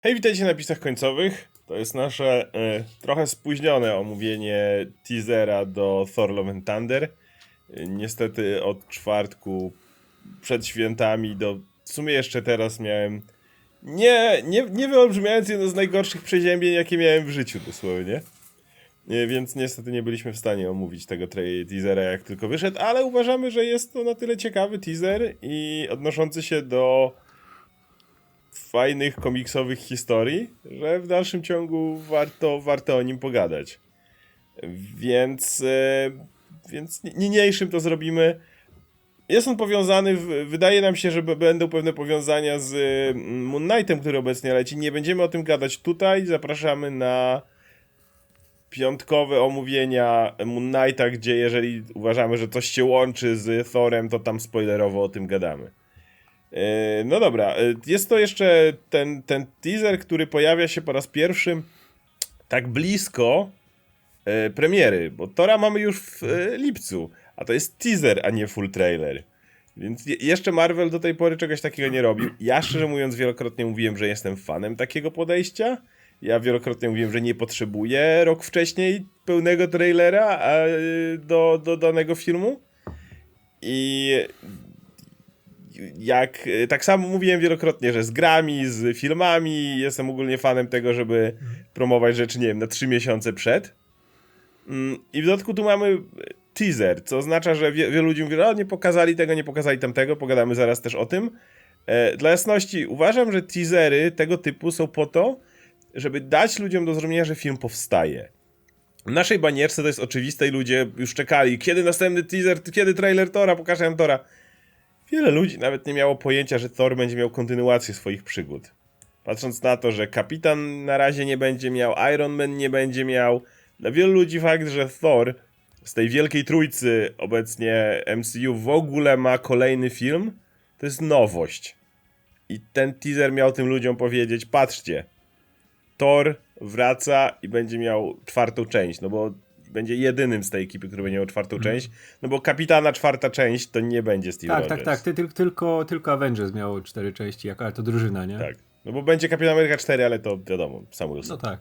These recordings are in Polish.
Hej, witajcie na napisach końcowych. To jest nasze trochę spóźnione omówienie teasera do Thor Love and Thunder. Niestety od czwartku przed świętami do... W sumie jeszcze teraz miałem... Nie wyolbrzymiając jedno z najgorszych przeziębień, jakie miałem w życiu dosłownie. Więc niestety nie byliśmy w stanie omówić tego teasera jak tylko wyszedł, ale uważamy, że jest to na tyle ciekawy teaser i odnoszący się do fajnych komiksowych historii, że w dalszym ciągu warto o nim pogadać. Więc niniejszym to zrobimy. Jest on powiązany, wydaje nam się, że będą pewne powiązania z Moon Knightem, który obecnie leci. Nie będziemy o tym gadać tutaj, zapraszamy na piątkowe omówienia Moon Knighta, gdzie jeżeli uważamy, że coś się łączy z Thorem, to tam spoilerowo o tym gadamy. No dobra, jest to jeszcze ten teaser, który pojawia się po raz pierwszy tak blisko premiery, bo Thora mamy już w lipcu, a to jest teaser, a nie full trailer. Więc jeszcze Marvel do tej pory czegoś takiego nie robił. Ja szczerze mówiąc wielokrotnie mówiłem, że jestem fanem takiego podejścia. Ja wielokrotnie mówiłem, że nie potrzebuję rok wcześniej pełnego trailera do danego filmu. I tak samo mówiłem wielokrotnie, że z grami, z filmami jestem ogólnie fanem tego, żeby promować rzeczy, nie wiem, na 3 miesiące przed. I w dodatku tu mamy teaser, co oznacza, że wielu ludzi mówi, że nie pokazali tego, nie pokazali tamtego, pogadamy zaraz też o tym. Dla jasności, uważam, że teasery tego typu są po to, żeby dać ludziom do zrozumienia, że film powstaje. W naszej banierce to jest oczywiste i ludzie już czekali, kiedy następny teaser, kiedy trailer Thora, pokażę nam Thora. Wiele ludzi nawet nie miało pojęcia, że Thor będzie miał kontynuację swoich przygód. Patrząc na to, że Kapitan na razie nie będzie miał, Iron Man nie będzie miał. Dla wielu ludzi fakt, że Thor z tej wielkiej trójcy obecnie MCU w ogóle ma kolejny film, to jest nowość. I ten teaser miał tym ludziom powiedzieć, patrzcie, Thor wraca i będzie miał czwartą część, no bo będzie jedynym z tej ekipy, który będzie miał czwartą część, no bo Kapitana czwarta część to nie będzie Steve Rogers. Tak. Tylko Avengers miało 4 części, ale to drużyna, nie? Tak, no bo będzie Kapitan Ameryka 4, ale to wiadomo, Sam Wilson. No tak.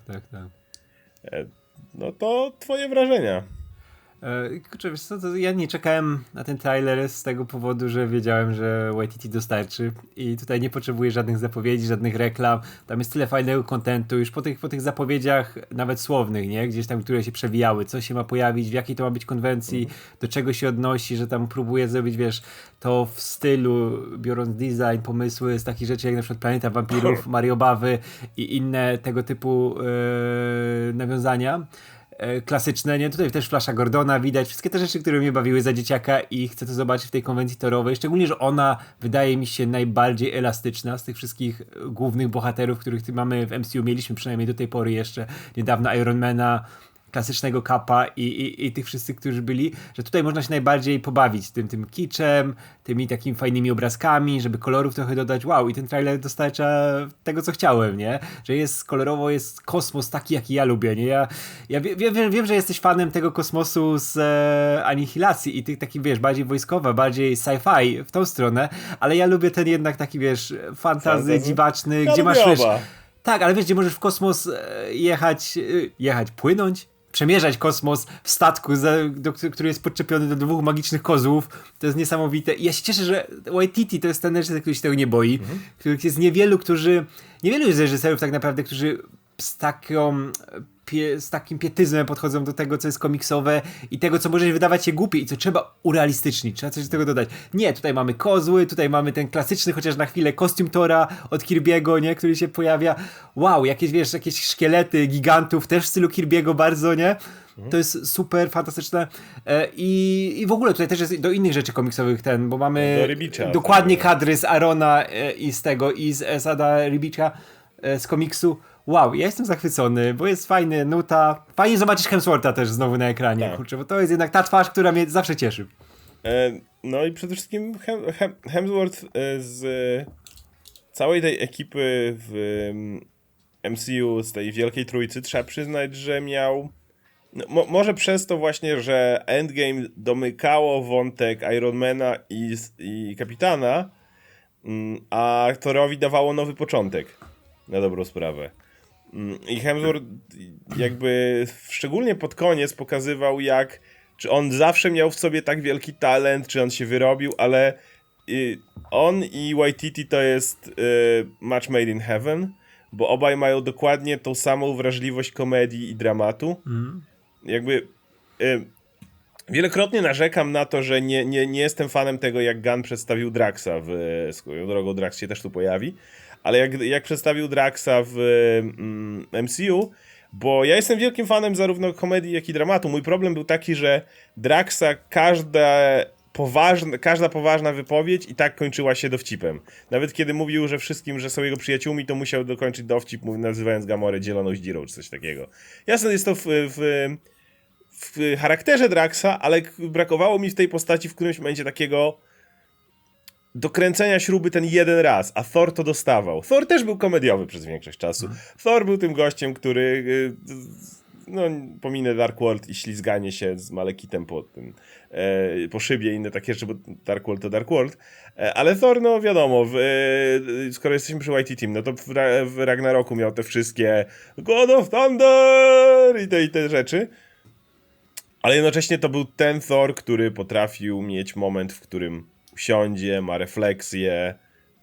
No to twoje wrażenia. Kurczę, wiesz co, to ja nie czekałem na ten trailer z tego powodu, że wiedziałem, że Waititi dostarczy i tutaj nie potrzebuję żadnych zapowiedzi, żadnych reklam, tam jest tyle fajnego kontentu, już po tych zapowiedziach nawet słownych, nie, gdzieś tam, które się przewijały, co się ma pojawić, w jakiej to ma być konwencji, do czego się odnosi, że tam próbuje zrobić, wiesz, to w stylu, biorąc design, pomysły z takich rzeczy jak na przykład Planeta Wampirów, Mario Bawy i inne tego typu nawiązania klasyczne, nie? Tutaj też Flasha Gordona widać, wszystkie te rzeczy, które mnie bawiły za dzieciaka i chcę to zobaczyć w tej konwencji torowej, szczególnie, że ona wydaje mi się najbardziej elastyczna z tych wszystkich głównych bohaterów, których mamy w MCU, mieliśmy przynajmniej do tej pory jeszcze niedawno Ironmana, klasycznego Capa i tych wszyscy, którzy byli, że tutaj można się najbardziej pobawić tym kiczem, tymi takimi fajnymi obrazkami, żeby kolorów trochę dodać. Wow, i ten trailer dostarcza tego, co chciałem, nie? Że jest kolorowo, jest kosmos taki, jaki ja lubię, nie? Ja wiem, że jesteś fanem tego kosmosu z Anihilacji i tych takich, wiesz, bardziej wojskowe, bardziej sci-fi w tą stronę, ale ja lubię ten jednak taki, wiesz, fantazy dziwaczny, Ja gdzie lubię masz, wiesz, oba. tak, ale wiesz, gdzie możesz w kosmos płynąć, przemierzać kosmos w statku, który jest podczepiony do 2 magicznych kozłów. To jest niesamowite. I ja się cieszę, że Waititi to jest ten reżyser, który się tego nie boi. Których jest niewielu jest reżyserów tak naprawdę, którzy z takim pietyzmem podchodzą do tego, co jest komiksowe i tego, co może wydawać się głupie i co trzeba urealistycznić, trzeba coś do tego dodać. Nie, tutaj mamy kozły, tutaj mamy ten klasyczny, chociaż na chwilę, kostium Thora od Kirby'ego, nie, który się pojawia. Wow, jakieś szkielety gigantów, też w stylu Kirby'ego bardzo, nie? To jest super, fantastyczne. I w ogóle tutaj też jest do innych rzeczy komiksowych bo mamy Do Ribicza, dokładnie tak. kadry z Arona i z Esada Ribicza z komiksu. Wow, ja jestem zachwycony, bo jest fajny, nuta. Fajnie zobaczyć Hemswortha też znowu na ekranie, Tak. kurczę, bo to jest jednak ta twarz, która mnie zawsze cieszy. No i przede wszystkim Hemsworth z całej tej ekipy w MCU, z tej wielkiej trójcy, trzeba przyznać, że miał... No, może przez to właśnie, że Endgame domykało wątek Ironmana i Kapitana, a Thorowi dawało nowy początek. na dobrą sprawę. I Hemsworth jakby szczególnie pod koniec pokazywał czy on zawsze miał w sobie tak wielki talent, czy on się wyrobił, ale on i Waititi to jest match made in heaven, bo obaj mają dokładnie tą samą wrażliwość komedii i dramatu. Jakby wielokrotnie narzekam na to, że nie jestem fanem tego, jak Gunn przedstawił Draxa swoją drogą Drax się też tu pojawi, ale jak przedstawił Draxa w MCU, bo ja jestem wielkim fanem zarówno komedii, jak i dramatu. Mój problem był taki, że Draxa każda poważna wypowiedź i tak kończyła się dowcipem. Nawet kiedy mówił, że wszystkim, że są jego przyjaciółmi, to musiał dokończyć dowcip, nazywając Gamorę dzieloną ździrą, czy coś takiego. Jasne, jest to w charakterze Draxa, ale brakowało mi w tej postaci w którymś momencie takiego dokręcenia śruby ten jeden raz, a Thor to dostawał. Thor też był komediowy przez większość czasu. Thor był tym gościem, który pominę Dark World i ślizganie się z Malekitem po szybie i inne takie rzeczy, bo Dark World to Dark World, ale Thor, no wiadomo, skoro jesteśmy przy YT Team, no to w Ragnaroku miał te wszystkie God of Thunder i te rzeczy, ale jednocześnie to był ten Thor, który potrafił mieć moment, w którym usiądzie, ma refleksję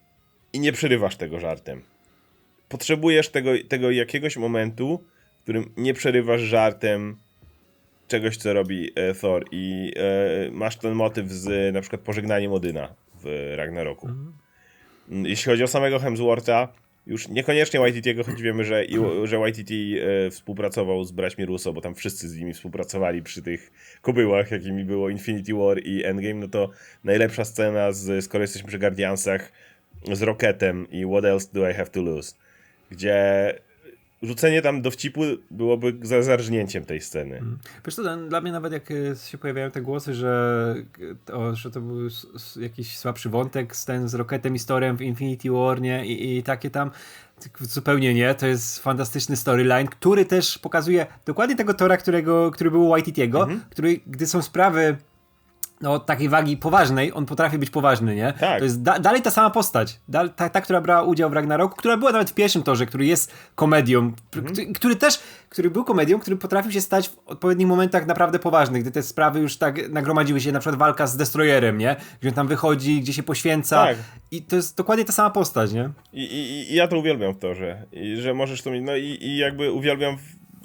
i nie przerywasz tego żartem. Potrzebujesz tego jakiegoś momentu, w którym nie przerywasz żartem czegoś, co robi Thor i masz ten motyw z na przykład pożegnaniem Odyna w Ragnaroku. Jeśli chodzi o samego Hemswortha, już niekoniecznie Waititiego, choć wiemy, że Waititi współpracował z braćmi Russo, bo tam wszyscy z nimi współpracowali przy tych kobyłach, jakimi było Infinity War i Endgame, no to najlepsza scena, skoro jesteśmy przy Guardiansach, z Rocketem i What else do I have to lose? Gdzie rzucenie tam dowcipu byłoby zarżnięciem tej sceny. Wiesz co, dla mnie nawet jak się pojawiają te głosy, że to był jakiś słabszy wątek z Rocketem i Storem w Infinity War, nie? I takie tam, zupełnie nie. To jest fantastyczny storyline, który też pokazuje dokładnie tego Tora, który był u Waititiego, który, gdy są sprawy takiej wagi poważnej, on potrafi być poważny, nie? Tak. To jest dalej ta sama postać. Ta, która brała udział w Ragnaroku, która była nawet w pierwszym torze, który jest komedią, który był komedią, który potrafił się stać w odpowiednich momentach naprawdę poważny, gdy te sprawy już tak nagromadziły się, na przykład walka z Destroyerem, nie? Gdzie on tam wychodzi, gdzie się poświęca. Tak. I to jest dokładnie ta sama postać, nie? I ja to uwielbiam w torze. Że możesz to mieć, i jakby uwielbiam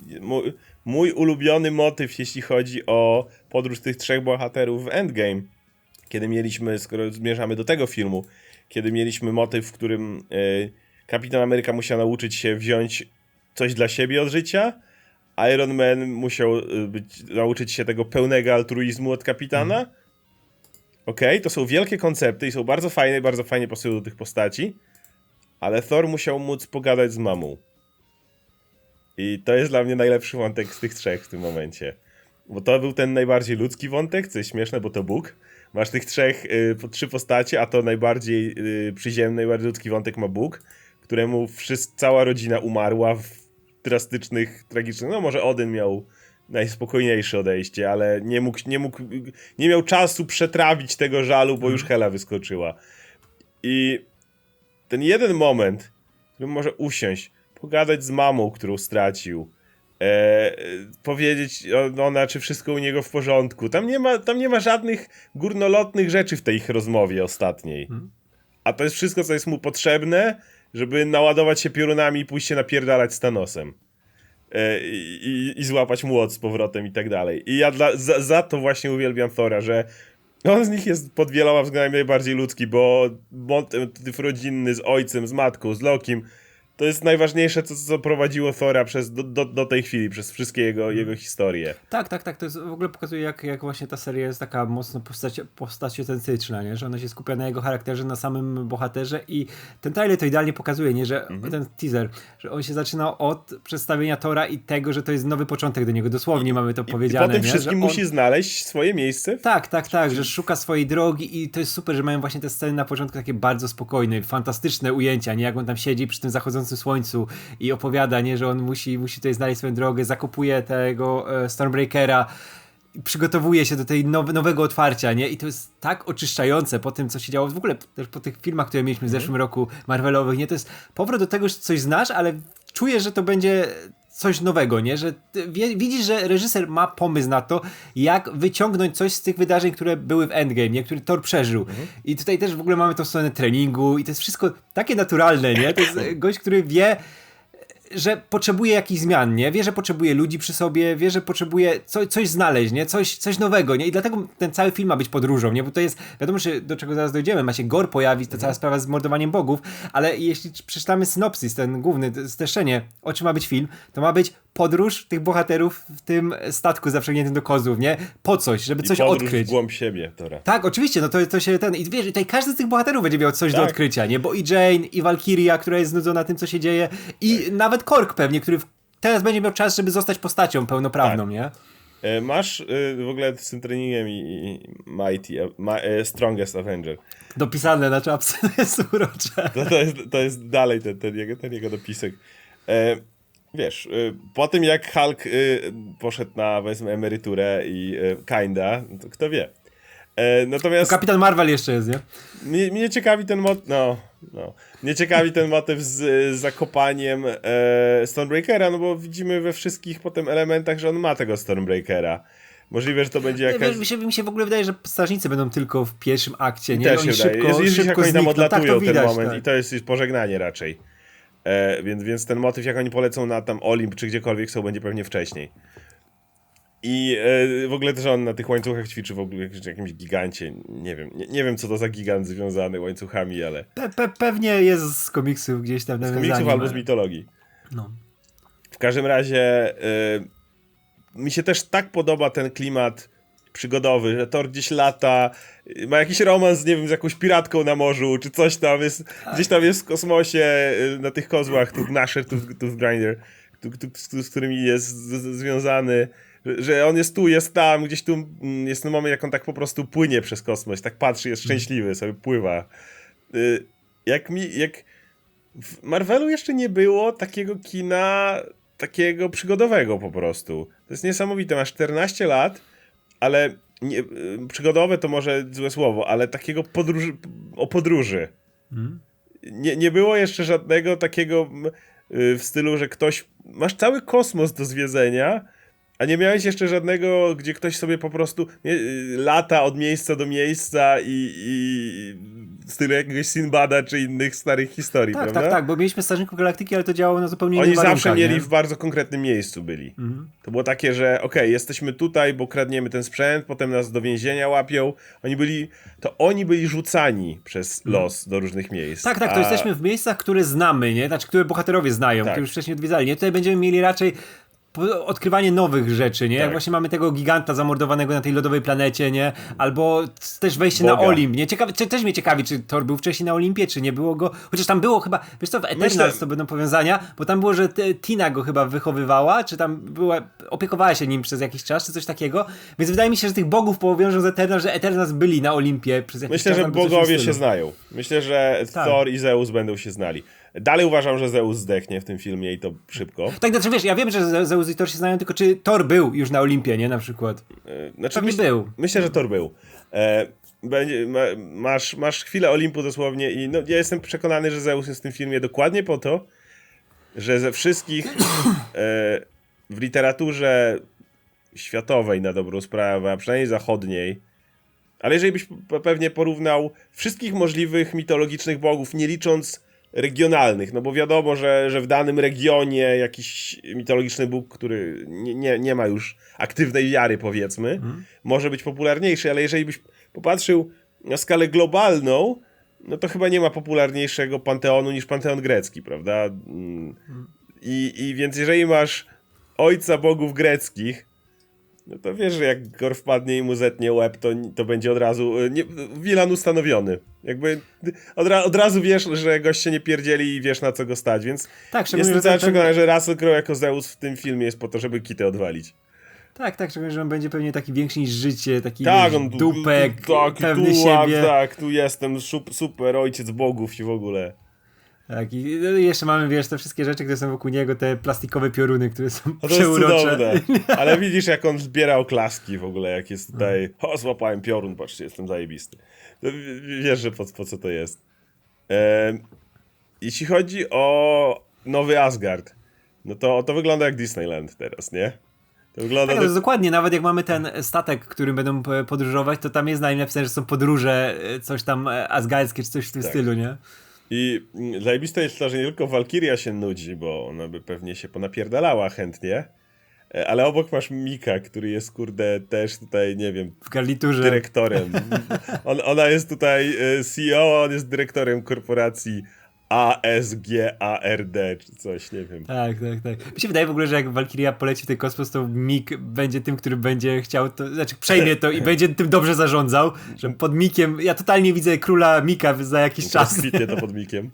mój ulubiony motyw, jeśli chodzi o podróż tych trzech bohaterów w Endgame, kiedy mieliśmy, skoro zmierzamy do tego filmu, kiedy mieliśmy motyw, w którym Kapitan Ameryka musiał nauczyć się wziąć coś dla siebie od życia, Iron Man musiał nauczyć się tego pełnego altruizmu od kapitana. Okej, to są wielkie koncepty i są bardzo fajne i bardzo fajnie pasują do tych postaci, ale Thor musiał móc pogadać z mamą. I to jest dla mnie najlepszy wątek z tych trzech w tym momencie. Bo to był ten najbardziej ludzki wątek, co jest śmieszne, bo to Bóg. Masz tych trzy postacie, a to najbardziej przyziemny, najbardziej ludzki wątek ma Bóg, któremu cała rodzina umarła w drastycznych, tragicznych... No może Odyn miał najspokojniejsze odejście, ale nie miał czasu przetrawić tego żalu, bo już Hela wyskoczyła. I ten jeden moment, w którym może usiąść, pogadać z mamą, którą stracił, powiedzieć ona, czy wszystko u niego w porządku. Tam nie ma żadnych górnolotnych rzeczy w tej ich rozmowie ostatniej. A to jest wszystko, co jest mu potrzebne, żeby naładować się piorunami i pójść się napierdalać z Thanosem. I złapać młot z powrotem i tak dalej. I ja za to właśnie uwielbiam Thora, że on z nich jest pod wieloma względami najbardziej ludzki, bo motyw rodzinny z ojcem, z matką, z Lokim, to jest najważniejsze, co prowadziło Thora do tej chwili, przez wszystkie jego historie. Tak. To jest, w ogóle pokazuje, jak właśnie ta seria jest taka mocno postaciocentryczna, nie? Że ona się skupia na jego charakterze, na samym bohaterze i ten trailer to idealnie pokazuje, nie? Że ten teaser, że on się zaczyna od przedstawienia Thora i tego, że to jest nowy początek do niego. Dosłownie mamy to powiedziane. I po tym nie? wszystkim musi znaleźć swoje miejsce. Tak, że szuka swojej drogi i to jest super, że mają właśnie te sceny na początku takie bardzo spokojne, fantastyczne ujęcia, nie? Jak on tam siedzi przy tym zachodzącym słońcu i opowiada, nie? Że on musi tutaj znaleźć swoją drogę, zakupuje tego Stormbreakera przygotowuje się do tej nowego otwarcia, nie? I to jest tak oczyszczające po tym, co się działo w ogóle też po tych filmach, które mieliśmy w zeszłym roku, Marvelowych, nie? To jest powrót do tego, że coś znasz, ale czujesz, że to będzie coś nowego, nie? Że widzisz, że reżyser ma pomysł na to, jak wyciągnąć coś z tych wydarzeń, które były w Endgame, nie? Który Thor przeżył. I tutaj też w ogóle mamy tą stronę treningu i to jest wszystko takie naturalne, nie? To jest gość, który wie, że potrzebuje jakichś zmian, nie? Wie, że potrzebuje ludzi przy sobie, wie, że potrzebuje coś znaleźć, nie? Coś nowego, nie? I dlatego ten cały film ma być podróżą, nie? Bo to jest, wiadomo, że do czego zaraz dojdziemy, ma się gore pojawić, ta cała sprawa z mordowaniem bogów, ale jeśli przeczytamy synopsis, ten główny, streszczenie, o czym ma być film, to ma być podróż tych bohaterów w tym statku zaprzęgniętym do kozłów, nie? Po coś, żeby coś podróż odkryć. w głąb siebie, Tora. Tak, oczywiście, no to się i wiesz, tutaj każdy z tych bohaterów będzie miał coś do odkrycia, nie? Bo i Jane, i Valkyria, która jest znudzona tym, co się dzieje, i nawet Korg pewnie, który teraz będzie miał czas, żeby zostać postacią pełnoprawną, nie? Masz w ogóle z tym treningiem i Mighty, Strongest Avenger. Dopisane na czapce, to jest urocze. To jest dalej ten jego dopisek. Wiesz, po tym jak Hulk poszedł na, powiedzmy, emeryturę i kinda, to kto wie. Natomiast Kapitan Marvel jeszcze jest, nie? mnie ciekawi ten mnie ciekawi ten motyw z zakopaniem Stormbreakera, no bo widzimy we wszystkich potem elementach, że on ma tego Stormbreakera. Możliwe, że to będzie jakaś... Mi się w ogóle wydaje, że strażnicy będą tylko w pierwszym akcie, nie? Też się wydaje. Jest jak oni tam odlatują widać, ten moment tak. i to jest już pożegnanie raczej. Więc ten motyw, jak oni polecą na tam Olimp czy gdziekolwiek są, będzie pewnie wcześniej. I w ogóle też on na tych łańcuchach ćwiczy w ogóle jakimś gigancie. Nie wiem co to za gigant związany łańcuchami, ale... Pewnie jest z komiksów gdzieś tam. Z komiksów albo z mitologii. No. W każdym razie mi się też tak podoba ten klimat przygodowy, że Thor gdzieś lata, ma jakiś romans, nie wiem, z jakąś piratką na morzu, czy coś tam jest, gdzieś tam jest w kosmosie, na tych kozłach, tu Gnasher, tu Grinder, z którymi jest związany, że on jest tu, jest tam, gdzieś tu jest ten moment, jak on tak po prostu płynie przez kosmos, tak patrzy, jest szczęśliwy, sobie pływa. Jak w Marvelu jeszcze nie było takiego kina, takiego przygodowego po prostu. To jest niesamowite, masz 14 lat, ale przygodowe to może złe słowo, ale takiego o podróży. Nie było jeszcze żadnego takiego w stylu, że masz cały kosmos do zwiedzenia, a nie miałeś jeszcze żadnego, gdzie ktoś sobie po prostu lata od miejsca do miejsca i w stylu jakiegoś Sinbada czy innych starych historii, prawda? Tak, bo mieliśmy Strażników Galaktyki, ale to działało na zupełnie innych Oni warunkach, zawsze mieli nie? w bardzo konkretnym miejscu byli. To było takie, że jesteśmy tutaj, bo kradniemy ten sprzęt, potem nas do więzienia łapią. Oni byli rzucani przez los do różnych miejsc. Tak, to jesteśmy w miejscach, które znamy, nie? Znaczy, które bohaterowie znają, które już wcześniej odwiedzali, nie? Tutaj będziemy mieli raczej odkrywanie nowych rzeczy, nie? Jak właśnie mamy tego giganta zamordowanego na tej lodowej planecie, nie? Albo też wejście na Olimp, nie? Też mnie ciekawi, czy Thor był wcześniej na Olimpie, czy nie było go. Chociaż tam było chyba, wiesz co, w Eternals to będą powiązania, bo tam było, że Tina go chyba wychowywała, czy tam opiekowała się nim przez jakiś czas, czy coś takiego. Więc wydaje mi się, że tych bogów powiążą z Eternals, że Eternals byli na Olimpie przez jakiś czas. Myślę, że bogowie się znają. Myślę, że Thor i Zeus będą się znali. Dalej uważam, że Zeus zdechnie w tym filmie i to szybko. Tak, znaczy wiesz, ja wiem, że Zeus i Thor się znają, tylko czy Thor był już na Olimpie, nie? Na przykład. Był. Myślę, że Thor był. Masz chwilę Olimpu dosłownie i ja jestem przekonany, że Zeus jest w tym filmie dokładnie po to, że ze wszystkich w literaturze światowej na dobrą sprawę, a przynajmniej zachodniej, ale jeżeli byś pewnie porównał wszystkich możliwych mitologicznych bogów, nie licząc regionalnych, no bo wiadomo, że w danym regionie jakiś mitologiczny bóg, który nie ma już aktywnej wiary, powiedzmy, może być popularniejszy, ale jeżeli byś popatrzył na skalę globalną, no to chyba nie ma popularniejszego panteonu niż panteon grecki, prawda? I więc jeżeli masz ojca bogów greckich, no to wiesz, że jak Gor wpadnie i mu zetnie łeb, to będzie od razu Wilan ustanowiony. Jakby od razu wiesz, że gość się nie pierdzieli i wiesz, na co go stać, więc jestem cały przekonany, że Russell Crowe jako Zeus w tym filmie jest po to, żeby kitę odwalić. Tak, szczególnie, że on będzie pewnie taki większy niż życie, taki dupek, pewny siebie. Tak, tu jestem, super ojciec bogów i w ogóle. Tak, i jeszcze mamy, wiesz, te wszystkie rzeczy, które są wokół niego, te plastikowe pioruny, które są No to jest przeurocze. cudowne. Ale widzisz, jak on zbiera oklaski w ogóle, jak jest tutaj, złapałem piorun, patrzcie, jestem zajebisty. To wiesz, że po co to jest. Jeśli chodzi o nowy Asgard, no to wygląda jak Disneyland teraz, nie? To wygląda Tak, to jest dokładnie, nawet jak mamy ten statek, którym będą podróżować, to tam jest na nim napisane, że są podróże, coś tam asgardzkie, czy coś w tym stylu, nie? I zajebiste jest to, że nie tylko Walkiria się nudzi, bo ona by pewnie się ponapierdalała chętnie, ale obok masz Mika, który jest, kurde, też tutaj, nie wiem, W garniturze. dyrektorem. Ona jest tutaj CEO, a on jest dyrektorem korporacji ASGARD, czy coś, nie wiem. Tak. Mi się wydaje w ogóle, że jak Valkyria poleci w ten kosmos, to Mik będzie tym, który będzie chciał to, znaczy przejmie to i będzie tym dobrze zarządzał, że pod Mikiem, ja totalnie widzę króla Mika za jakiś czas. Kwitnie to pod Mikiem.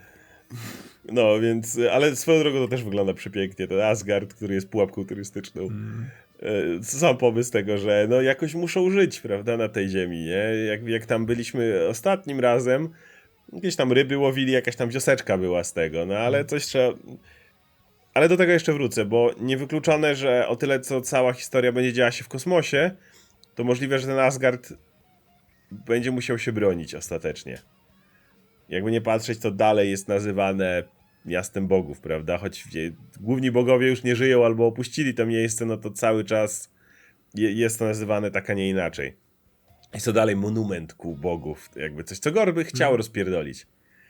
No, więc, ale swoją drogą to też wygląda przepięknie, ten Asgard, który jest pułapką turystyczną. Sam pomysł tego, że no jakoś muszą żyć, prawda, na tej ziemi, nie? Jak tam byliśmy ostatnim razem, jakieś tam ryby łowili, jakaś tam wioseczka była z tego, no ale coś trzeba... Ale do tego jeszcze wrócę, bo niewykluczone, że o tyle, co cała historia będzie działa się w kosmosie, to możliwe, że ten Asgard będzie musiał się bronić ostatecznie. Jakby nie patrzeć, to dalej jest nazywane miastem bogów, prawda? Choć główni bogowie już nie żyją albo opuścili to miejsce, no to cały czas jest to nazywane tak, a nie inaczej. Jest to dalej monument ku bogów, jakby coś, co Gor by chciał rozpierdolić.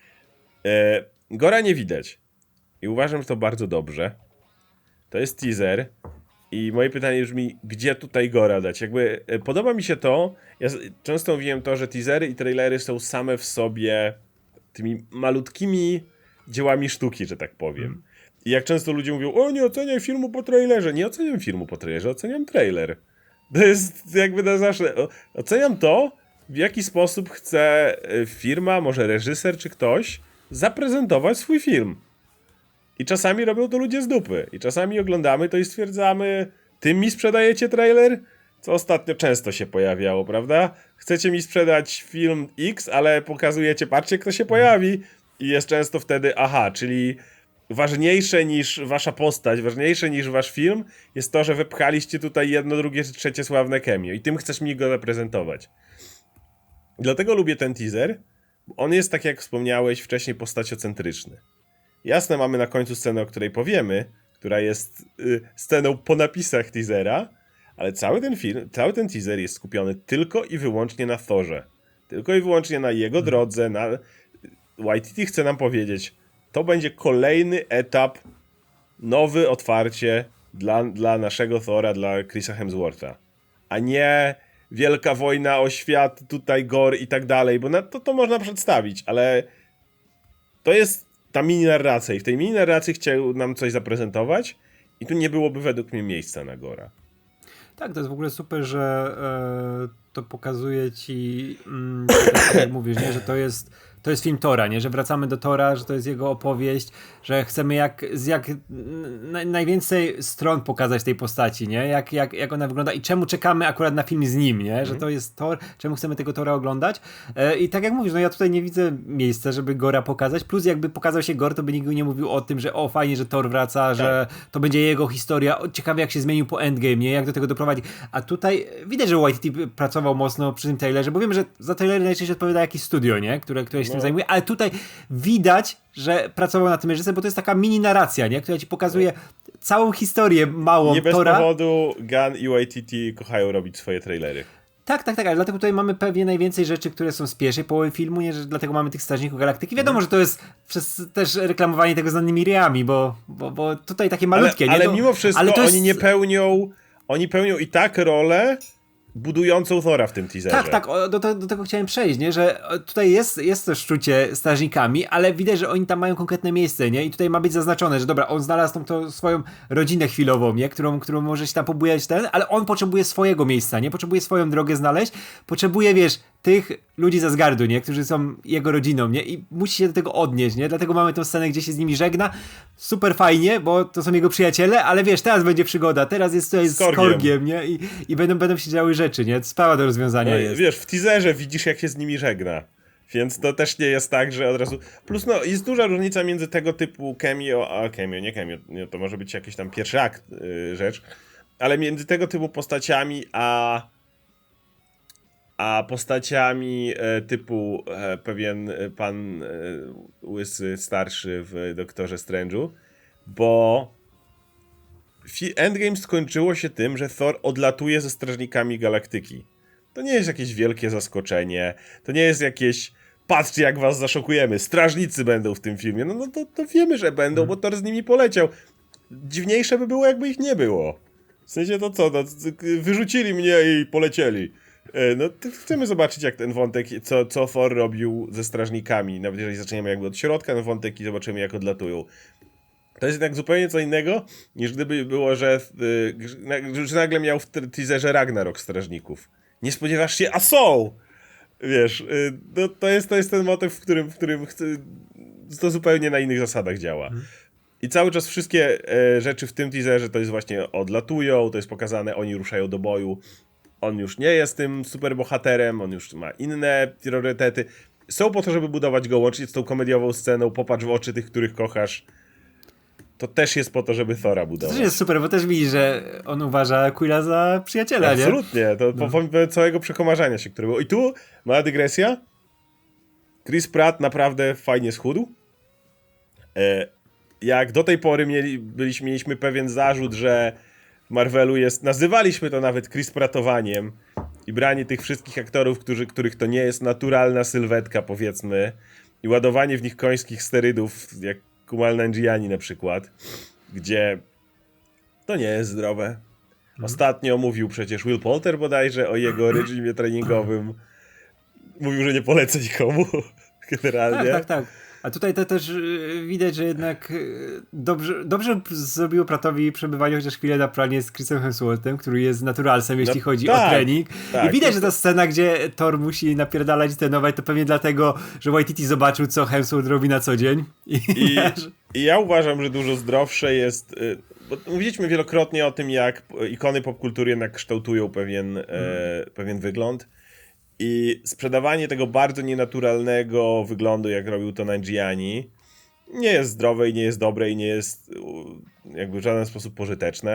Gora nie widać. I uważam, że to bardzo dobrze. To jest teaser. I moje pytanie brzmi, gdzie tutaj Gora dać? Jakby podoba mi się to, ja często mówiłem to, że teasery i trailery są same w sobie tymi malutkimi dziełami sztuki, że tak powiem. I jak często ludzie mówią, o nie oceniaj filmu po trailerze. Nie oceniam filmu po trailerze, oceniam trailer. To jest jakby na zawsze. Oceniam to, w jaki sposób chce firma, może reżyser czy ktoś zaprezentować swój film. I czasami robią to ludzie z dupy. I czasami oglądamy to i stwierdzamy, ty mi sprzedajecie trailer? Co ostatnio często się pojawiało, prawda? Chcecie mi sprzedać film X, ale pokazujecie, patrzcie kto się pojawi. I jest często wtedy, aha, czyli ważniejsze niż wasza postać, ważniejsze niż wasz film jest to, że wypchaliście tutaj jedno, drugie, trzecie sławne cameo i tym chcesz mi go zaprezentować. Dlatego lubię ten teaser. On jest, tak jak wspomniałeś wcześniej, postaciocentryczny. Jasne, mamy na końcu scenę, o której powiemy, która jest sceną po napisach teasera, ale cały ten film, cały ten teaser jest skupiony tylko i wyłącznie na Thorze. Tylko i wyłącznie na jego drodze, na... Waititi chce nam powiedzieć, to będzie kolejny etap, nowe otwarcie dla naszego Thora, dla Chrisa Hemswortha. A nie wielka wojna o świat, tutaj Gore i tak dalej, bo to można przedstawić, ale to jest ta mini narracja i w tej mini narracji chciał nam coś zaprezentować i tu nie byłoby według mnie miejsca na Gora. Tak, to jest w ogóle super, że to pokazuje ci, tak jak mówisz, nie? Że to jest film Thora, nie? Że wracamy do Thora, że to jest jego opowieść, że chcemy jak najwięcej stron pokazać tej postaci, nie? Jak ona wygląda i czemu czekamy akurat na film z nim, nie? Że to jest Thor, czemu chcemy tego Thora oglądać. I tak jak mówisz, no ja tutaj nie widzę miejsca, żeby Gora pokazać, plus jakby pokazał się Gore, to by nikt nie mówił o tym, że o fajnie, że Thor wraca, że to będzie jego historia, ciekawe jak się zmienił po Endgame, nie? Jak do tego doprowadzi. A tutaj widać, że Waititi pracował mocno przy tym trailerze, bo wiem, że za trailery najczęściej odpowiada jakieś studio, nie? Które się tym zajmuje, ale tutaj widać, że pracował na tym reżyser, bo to jest taka mini narracja, nie? Która ci pokazuje całą historię małą nie bez Thora. powodu Gunn i Waititi kochają robić swoje trailery. Tak, ale dlatego tutaj mamy pewnie najwięcej rzeczy, które są z pierwszej połowy filmu, nie? Że dlatego mamy tych Strażników Galaktyki. Wiadomo, że to jest przez też reklamowanie tego znanymi reami, bo tutaj takie malutkie, nie? Ale mimo wszystko ale to jest... oni pełnią i tak rolę budującą Thora w tym teaserze. Tak, do tego chciałem przejść, nie? Że tutaj jest to szczucie strażnikami, ale widać, że oni tam mają konkretne miejsce, nie? I tutaj ma być zaznaczone, że dobra, on znalazł tą swoją rodzinę chwilową, nie? Którą może się tam pobujać ale on potrzebuje swojego miejsca, nie? Potrzebuje swoją drogę znaleźć, potrzebuje, wiesz, tych ludzi z Asgardu, nie? Którzy są jego rodziną, nie? I musi się do tego odnieść, nie? Dlatego mamy tę scenę, gdzie się z nimi żegna. Super fajnie, bo to są jego przyjaciele, ale wiesz, teraz będzie przygoda, teraz jest tutaj z Korgiem, nie? I będą się działy rzeczy, nie? Sprawa do rozwiązania jest. Wiesz, w teaserze widzisz, jak się z nimi żegna. W Więc to też nie jest tak, że od razu... Plus no, jest duża różnica między tego typu cameo, a cameo, nie cameo, nie, to może być jakiś tam pierwszy akt rzecz, ale między tego typu postaciami, a postaciami typu pewien pan łysy starszy w Doktorze Strange'u, bo Endgame skończyło się tym, że Thor odlatuje ze Strażnikami Galaktyki. To nie jest jakieś wielkie zaskoczenie, to nie jest jakieś patrzcie jak was zaszokujemy, strażnicy będą w tym filmie. No to wiemy, że będą, bo Thor z nimi poleciał. Dziwniejsze by było, jakby ich nie było. W sensie to co, no, wyrzucili mnie i polecieli. No chcemy zobaczyć jak ten wątek, co Thor robił ze strażnikami, nawet jeżeli zaczniemy jakby od środka ten wątek i zobaczymy jak odlatują. To jest jednak zupełnie co innego, niż gdyby było, że nagle miał w teaserze Ragnarok strażników. Nie spodziewasz się, a są! Wiesz, no, to jest ten motyw, w którym to zupełnie na innych zasadach działa. I cały czas wszystkie rzeczy w tym teaserze to jest właśnie odlatują, to jest pokazane, oni ruszają do boju. On już nie jest tym superbohaterem, on już ma inne priorytety. Są po to, żeby budować go łącznie z tą komediową sceną, popatrz w oczy tych, których kochasz. To też jest po to, żeby Thora budować. To też jest super, bo też widzi, że on uważa Quilla za przyjaciela, Absolutnie, nie? to pomimo całego przekomarzania się, które było. I tu mała dygresja. Chris Pratt naprawdę fajnie schudł. Jak do tej pory mieliśmy pewien zarzut, że w Marvelu jest, nazywaliśmy to nawet Chris Prattowaniem i branie tych wszystkich aktorów, których to nie jest naturalna sylwetka, powiedzmy, i ładowanie w nich końskich sterydów, jak Kumail Nanjiani na przykład, gdzie to nie jest zdrowe. Ostatnio mówił przecież Will Poulter bodajże o jego reżimie treningowym. Mówił, że nie polecę nikomu, generalnie. Tak. A tutaj to też widać, że jednak dobrze zrobiło Prattowi przebywanie chociaż chwilę na planie z Chrisem Hemsworthem, który jest naturalsem, jeśli chodzi o trening. Tak, i widać, że ta scena, gdzie Thor musi napierdalać i trenować, to pewnie dlatego, że Waititi zobaczył, co Hemsworth robi na co dzień. I ja uważam, że dużo zdrowsze jest... Bo mówiliśmy wielokrotnie o tym, jak ikony popkultury jednak kształtują pewien wygląd. I sprzedawanie tego bardzo nienaturalnego wyglądu, jak robił to Nanjiani, nie jest zdrowe i nie jest dobre i nie jest jakby w żaden sposób pożyteczne.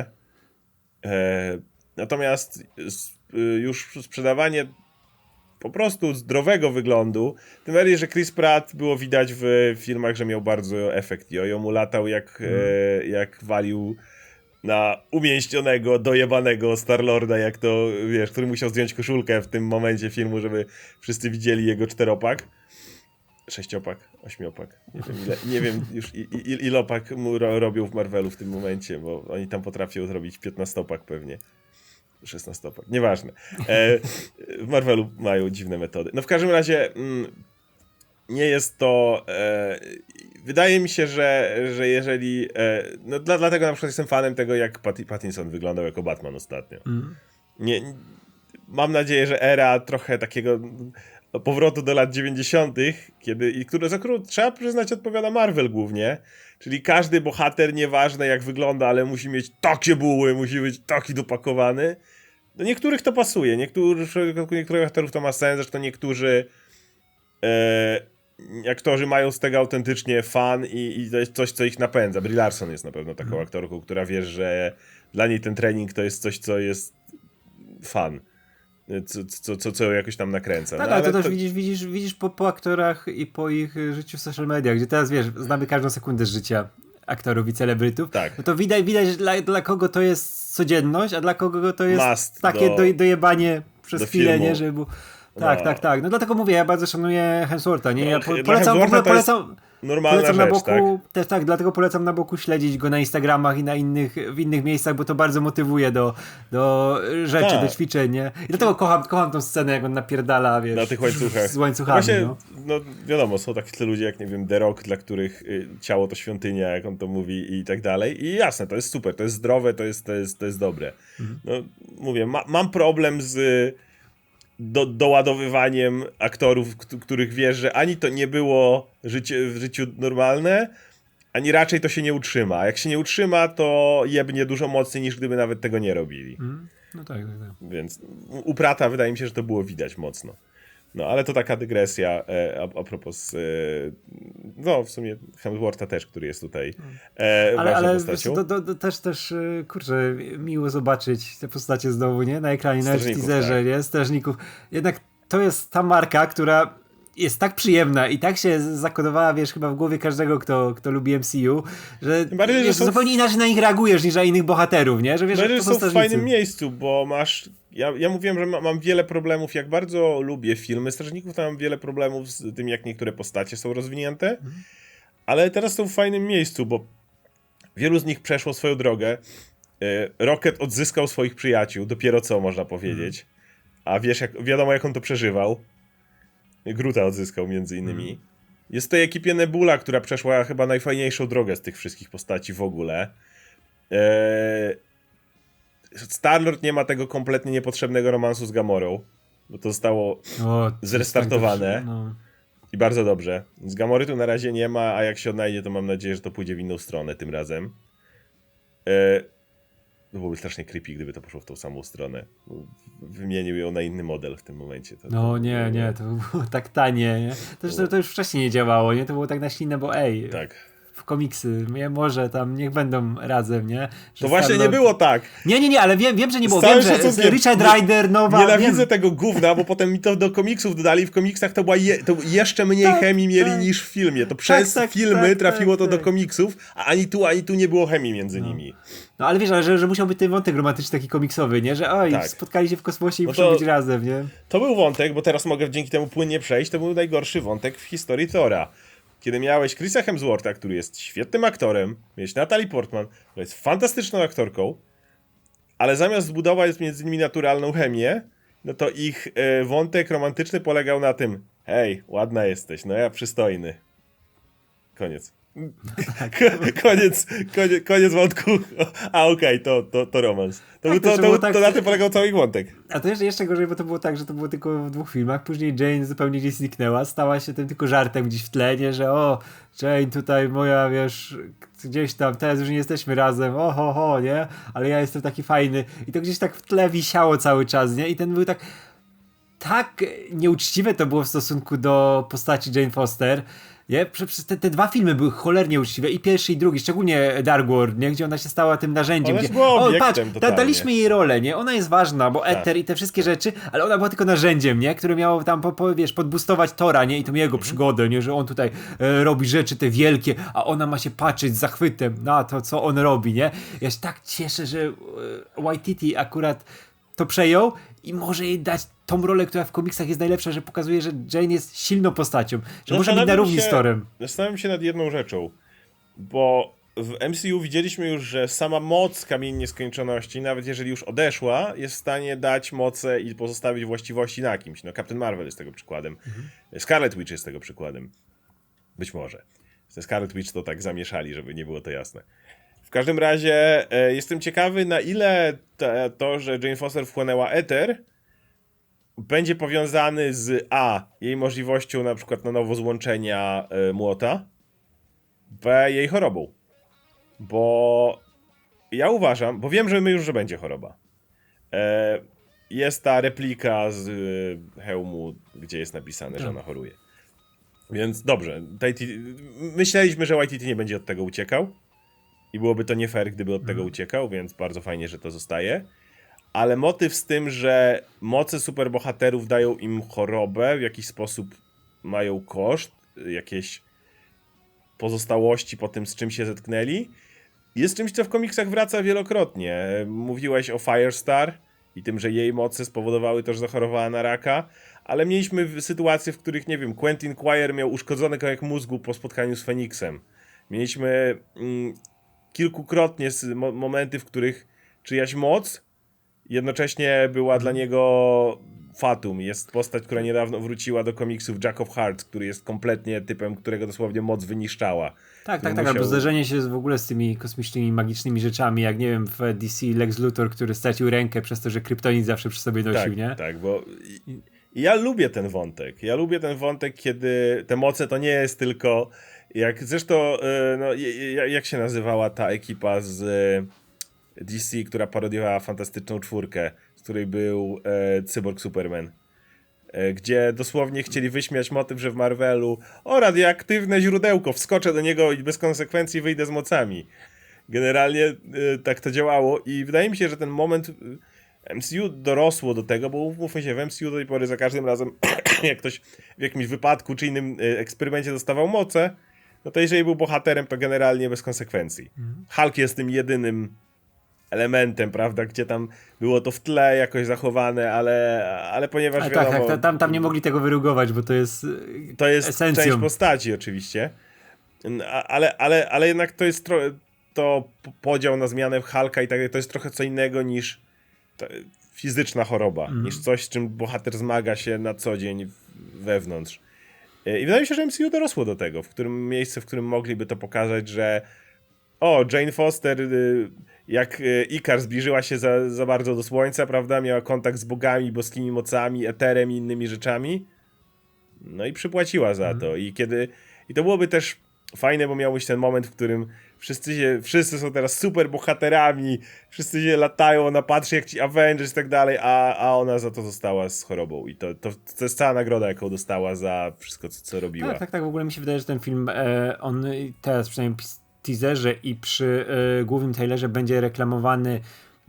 Natomiast już sprzedawanie po prostu zdrowego wyglądu, tym bardziej, że Chris Pratt było widać w filmach, że miał bardzo efekt jojo, mu latał jak walił na umieścionego, dojebanego Star-Lorda, jak to, wiesz, który musiał zdjąć koszulkę w tym momencie filmu, żeby wszyscy widzieli jego 4-opak. 6-opak, 8-opak. Nie wiem już ilopak mu robią w Marvelu w tym momencie, bo oni tam potrafią zrobić 15-opak pewnie. 16-opak, nieważne. W Marvelu mają dziwne metody. No w każdym razie nie jest to... wydaje mi się, że jeżeli... no dlatego na przykład jestem fanem tego, jak Pattinson wyglądał jako Batman ostatnio. Mam nadzieję, że era trochę takiego powrotu do lat 90., za którą trzeba przyznać odpowiada Marvel głównie. Czyli każdy bohater, nieważne jak wygląda, ale musi mieć takie buły, musi być taki dopakowany. Do niektórych to pasuje, niektórych aktorów to ma sens, zresztą niektórzy aktorzy mają z tego autentycznie fan i to jest coś, co ich napędza. Brie Larson jest na pewno taką aktorką, która wie, że dla niej ten trening to jest coś, co jest fan. Co ją jakoś tam nakręca. Tak, no, ale to też widzisz po aktorach i po ich życiu w social mediach, gdzie teraz wiesz, znamy każdą sekundę z życia aktorów i celebrytów. Tak. No to widać, że dla kogo to jest codzienność, a dla kogo to jest Must takie dojebanie przez chwilę, filmu. nie, żeby było... Tak. No dlatego mówię, ja bardzo szanuję Hemswortha, nie? Ja polecam normalna na rzecz, boku, tak? też tak, dlatego polecam na boku śledzić go na Instagramach i w innych miejscach, bo to bardzo motywuje do rzeczy, Tak. do ćwiczeń, nie? I dlatego kocham tą scenę, jak on napierdala, wiesz, Na tych łańcuchach. z łańcuchami. Właśnie, no wiadomo, są takie ludzie jak, nie wiem, The Rock, dla których ciało to świątynia, jak on to mówi i tak dalej. I jasne, to jest super, to jest zdrowe, to jest dobre. No, mówię, mam problem z doładowywaniem aktorów, których wiesz, że ani to nie było w życiu normalne, ani raczej to się nie utrzyma. A jak się nie utrzyma, to jebnie dużo mocniej, niż gdyby nawet tego nie robili. No tak. Więc u Prata wydaje mi się, że to było widać mocno. No, ale to taka dygresja a propos, no w sumie Hemswortha też, który jest tutaj ważną postacią. Też, kurczę, miło zobaczyć te postacie znowu, nie? Na ekranie, nawet w teaserze, tak. nie? Strażników. Jednak to jest ta marka, która jest tak przyjemna i tak się zakodowała, wiesz, chyba w głowie każdego, kto lubi MCU, że, bardziej, wiesz, że zupełnie inaczej na nich reagujesz niż na innych bohaterów, nie? Że wiesz, że to są w strażnicy. fajnym miejscu, bo masz... Ja mówiłem, że mam wiele problemów, jak bardzo lubię filmy Strażników, to mam wiele problemów z tym, jak niektóre postacie są rozwinięte, ale teraz są w fajnym miejscu, bo wielu z nich przeszło swoją drogę. Rocket odzyskał swoich przyjaciół, dopiero co można powiedzieć. A wiesz, wiadomo jak on to przeżywał. Groota odzyskał między innymi. Jest w tej ekipie Nebula, która przeszła chyba najfajniejszą drogę z tych wszystkich postaci w ogóle. Star-Lord nie ma tego kompletnie niepotrzebnego romansu z Gamorą, bo to zostało zrestartowane. I bardzo dobrze. Z Gamory tu na razie nie ma, a jak się odnajdzie, to mam nadzieję, że to pójdzie w inną stronę tym razem. To byłoby strasznie creepy, gdyby to poszło w tą samą stronę. Wymienił ją na inny model w tym momencie. To było tak tanie, nie? To już wcześniej nie działało, nie? To było tak naślinne, bo tak. W komiksy, może tam niech będą razem, nie? Że to właśnie nie było tak. Nie, ale wiem, że nie było. Wiem, że Richard Rider, nowa... Nienawidzę tego gówna, bo potem mi to do komiksów dodali. W komiksach to była to jeszcze mniej chemii mieli niż w filmie. To przez filmy trafiło to do komiksów, a ani tu nie było chemii między nimi. No ale wiesz, że musiał być ten wątek romantyczny taki komiksowy, nie? Że spotkali się w kosmosie i muszą być razem, nie? To był wątek, bo teraz mogę dzięki temu płynnie przejść, to był najgorszy wątek w historii Thora. Kiedy miałeś Chrisa Hemswortha, który jest świetnym aktorem, miałeś Natalie Portman, która jest fantastyczną aktorką, ale zamiast zbudować między nimi naturalną chemię, no to ich wątek romantyczny polegał na tym: hej, ładna jesteś, no ja przystojny. Koniec. Koniec wątku. A okej, to romans. To na tym polegał cały ich wątek. A to jeszcze gorzej, bo to było tak, że to było tylko w 2 filmach. Później Jane zupełnie gdzieś zniknęła. Stała się tym tylko żartem gdzieś w tle, nie? Że Jane tutaj moja, wiesz, gdzieś tam, teraz już nie jesteśmy razem, nie? Ale ja jestem taki fajny. I to gdzieś tak w tle wisiało cały czas, nie? I ten był tak nieuczciwe to było w stosunku do postaci Jane Foster. Nie? Przez te 2 filmy były cholernie uczciwe, i pierwszy, i drugi, szczególnie Dark World, nie? Gdzie ona się stała tym narzędziem. Patrz, daliśmy jej rolę, nie? Ona jest ważna, bo Ether i te wszystkie rzeczy, ale ona była tylko narzędziem, nie? Które miało tam, wiesz, podbustować Thora, nie? I tą jego przygodę, nie? Że on tutaj robi rzeczy te wielkie, a ona ma się patrzeć z zachwytem na to, co on robi, nie? Ja się tak cieszę, że Waititi akurat to przejął i może jej dać tą rolę, która w komiksach jest najlepsza, że pokazuje, że Jane jest silną postacią, że może być na równi z Thorem. Zastanawiam się nad jedną rzeczą, bo w MCU widzieliśmy już, że sama moc Kamieni Nieskończoności, nawet jeżeli już odeszła, jest w stanie dać moce i pozostawić właściwości na kimś. No, Captain Marvel jest tego przykładem. Scarlet Witch jest tego przykładem. Być może. Ze Scarlet Witch to tak zamieszali, żeby nie było to jasne. W każdym razie jestem ciekawy, na ile to, że Jane Foster wchłonęła Ether, będzie powiązany z jej możliwością na przykład na nowo złączenia młota, jej chorobą. Bo ja uważam, bo wiem, że będzie choroba. Jest ta replika z hełmu, gdzie jest napisane, że ona choruje. Więc dobrze, myśleliśmy, że Waititi nie będzie od tego uciekał i byłoby to nie fair, gdyby od tego uciekał, więc bardzo fajnie, że to zostaje. Ale motyw z tym, że moce superbohaterów dają im chorobę, w jakiś sposób mają koszt, jakieś pozostałości po tym, z czym się zetknęli, jest czymś, co w komiksach wraca wielokrotnie. Mówiłeś o Firestar i tym, że jej moce spowodowały to, że zachorowała na raka, ale mieliśmy sytuacje, w których, nie wiem, Quentin Quire miał uszkodzony kawałek mózgu po spotkaniu z Feniksem. Mieliśmy kilkukrotnie momenty, w których czyjaś moc jednocześnie była dla niego fatum. Jest postać, która niedawno wróciła do komiksów, Jack of Hearts, który jest kompletnie typem, którego dosłownie moc wyniszczała. Tak, albo zderzenie się w ogóle z tymi kosmicznymi, magicznymi rzeczami, jak nie wiem, w DC Lex Luthor, który stracił rękę przez to, że kryptonit zawsze przy sobie nosił, nie? Tak, bo ja lubię ten wątek. Ja lubię ten wątek, kiedy te moce to nie jest tylko... Zresztą, jak się nazywała ta ekipa z DC, która parodiowała Fantastyczną Czwórkę, z której był Cyborg Superman. gdzie dosłownie chcieli wyśmiać motyw, że w Marvelu radioaktywne źródełko, wskoczę do niego i bez konsekwencji wyjdę z mocami. Generalnie tak to działało i wydaje mi się, że ten moment MCU dorosło do tego, bo umówmy się, w MCU do tej pory za każdym razem, jak ktoś w jakimś wypadku czy innym eksperymencie dostawał moce, no to jeżeli był bohaterem, to generalnie bez konsekwencji. Hulk jest tym jedynym elementem, prawda, gdzie tam było to w tle jakoś zachowane, ale ponieważ Ale wiadomo... tak, tam nie mogli tego wyrugować, bo to jest esencją. część postaci oczywiście, ale jednak to jest podział na zmianę Hulka i tak, to jest trochę co innego niż fizyczna choroba, niż coś, z czym bohater zmaga się na co dzień wewnątrz. I wydaje mi się, że MCU dorosło do tego, w którym mogliby to pokazać, że Jane Foster, jak Ikar zbliżyła się za bardzo do Słońca, prawda, miała kontakt z bogami, boskimi mocami, eterem i innymi rzeczami, no i przypłaciła za to. I to byłoby też fajne, bo miał być ten moment, w którym wszyscy są teraz super bohaterami, wszyscy się latają, ona patrzy jak ci Avengers i tak dalej, a ona za to została z chorobą. I to jest cała nagroda, jaką dostała za wszystko, co robiła. Tak, w ogóle mi się wydaje, że ten film, on teraz przynajmniej w teaserze i przy głównym trailerze będzie reklamowany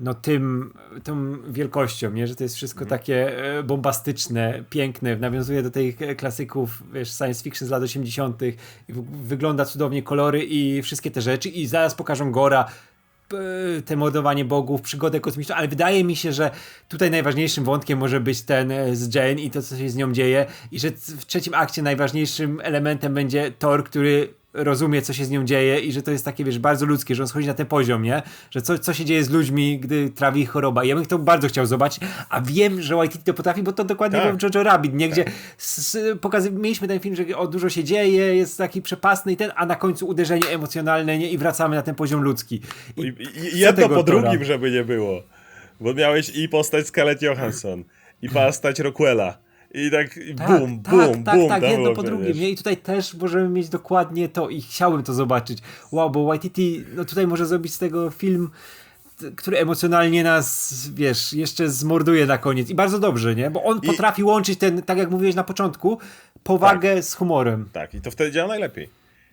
tą wielkością, nie? Że to jest wszystko takie bombastyczne, piękne, nawiązuje do tych klasyków, wiesz, science fiction z lat 80. Wygląda cudownie, kolory i wszystkie te rzeczy i zaraz pokażą Gora, te mordowanie bogów, przygodę kosmiczną, ale wydaje mi się, że tutaj najważniejszym wątkiem może być ten z Jane i to, co się z nią dzieje i że w trzecim akcie najważniejszym elementem będzie Thor, który rozumie, co się z nią dzieje i że to jest takie, wiesz, bardzo ludzkie, że on schodzi na ten poziom, nie? Że co się dzieje z ludźmi, gdy trawi ich choroba. I ja bym to bardzo chciał zobaczyć, a wiem, że Waititi to potrafi, bo to dokładnie było w Jojo Rabbit, nie? Gdzie mieliśmy ten film, że dużo się dzieje, jest taki przepasny i a na końcu uderzenie emocjonalne, nie? I wracamy na ten poziom ludzki. I jedno po drugim, żeby nie było. Bo miałeś i postać Scarlett Johansson, i postać Rockwella. I tak bum, jedno po drugim. Nie? I tutaj też możemy mieć dokładnie to i chciałbym to zobaczyć. Wow, bo Waititi tutaj może zrobić z tego film, który emocjonalnie nas, wiesz, jeszcze zmorduje na koniec. I bardzo dobrze, nie? Bo on potrafi łączyć ten, tak jak mówiłeś na początku, powagę z humorem. Tak, i to wtedy działa najlepiej.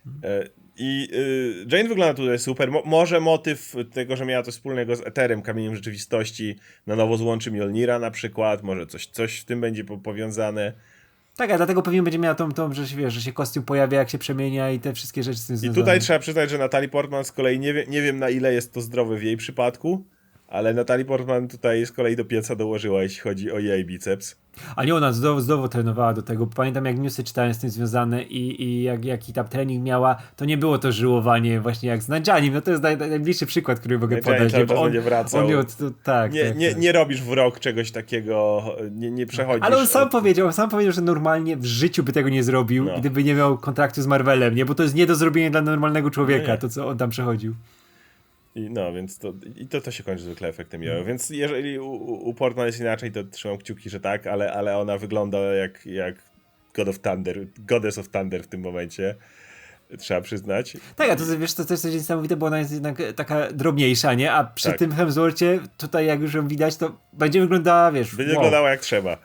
Jane wygląda tutaj super. Może motyw tego, że miała coś wspólnego z Eterem, kamieniem rzeczywistości, na nowo złączy Mjolnira na przykład, może coś w tym będzie powiązane. Tak, a dlatego pewnie będzie miała tą że wiesz, że się kostium pojawia, jak się przemienia i te wszystkie rzeczy z tym związane. I tutaj trzeba przyznać, że Natalie Portman z kolei nie wiem na ile jest to zdrowe w jej przypadku, ale Natalie Portman tutaj z kolei do pieca dołożyła, jeśli chodzi o jej biceps. A nie, ona znowu trenowała do tego. Pamiętam, jak newsy czytałem z tym związane i jaki tam trening miała, to nie było to żyłowanie właśnie jak z Nadjanim. No to jest najbliższy przykład, który mogę podać. Cały czas będzie wracał. Nie robisz w rok czegoś takiego, nie przechodzisz. Ale on sam powiedział, że normalnie w życiu by tego nie zrobił, gdyby nie miał kontraktu z Marvelem, nie? Bo to jest nie do zrobienia dla normalnego człowieka, to co on tam przechodził. Więc to się kończy zwykle efektem jojo. Więc jeżeli u Portman jest inaczej, to trzymam kciuki, że tak, ale ona wygląda jak Goddess of Thunder w tym momencie. Trzeba przyznać. Tak, a to wiesz, to jest coś niesamowite, bo ona jest jednak taka drobniejsza, nie? A przy tym Hemsworthie, tutaj jak już ją widać, to będzie wyglądała, wiesz, będzie wyglądała jak trzeba.